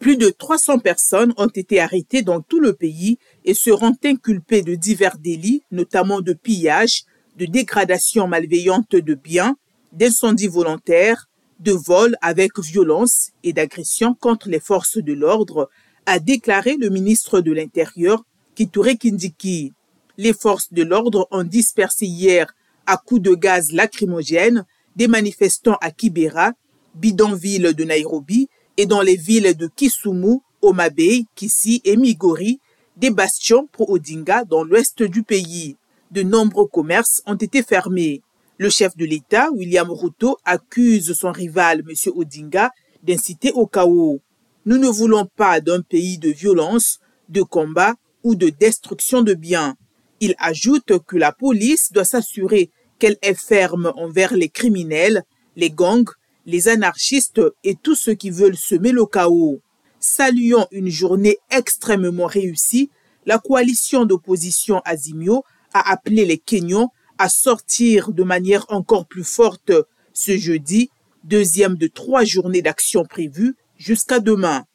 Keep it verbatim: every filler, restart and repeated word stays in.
Plus de trois cents personnes ont été arrêtées dans tout le pays et seront inculpées de divers délits, notamment de pillage, de dégradation malveillante de biens, d'incendie volontaire, de vol avec violence et d'agression contre les forces de l'ordre, a déclaré le ministre de l'Intérieur, Kithure Kindiki. Les forces de l'ordre ont dispersé hier à coups de gaz lacrymogène des manifestants à Kibera, bidonville de Nairobi, et dans les villes de Kisumu, Homa Bay, Kisii et Migori, des bastions pro Odinga dans l'ouest du pays. De nombreux commerces ont été fermés. Le chef de l'État, William Ruto, accuse son rival, M. Odinga, d'inciter au chaos. Nous ne voulons pas d'un pays de violence, de combat ou de destruction de biens. Il ajoute que la police doit s'assurer qu'elle est ferme envers les criminels, les gangs, les anarchistes et tous ceux qui veulent semer le chaos. Saluant une journée extrêmement réussie, la coalition d'opposition Azimio a appelé les Kenyans à sortir de manière encore plus forte ce jeudi, deuxième de trois journées d'action prévues jusqu'à demain.